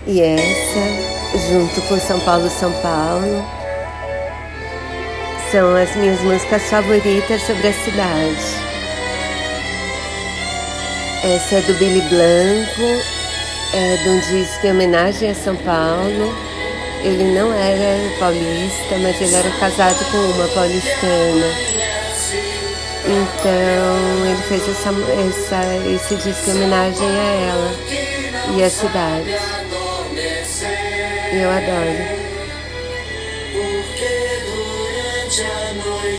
E essa, junto com São Paulo, São Paulo, são as minhas músicas favoritas sobre a cidade. Essa é do Billy Blanco, é de um disco em homenagem a São Paulo. Ele não era paulista, mas ele era casado com uma paulistana. Então ele fez esse disco em homenagem a ela e à cidade. E eu adoro.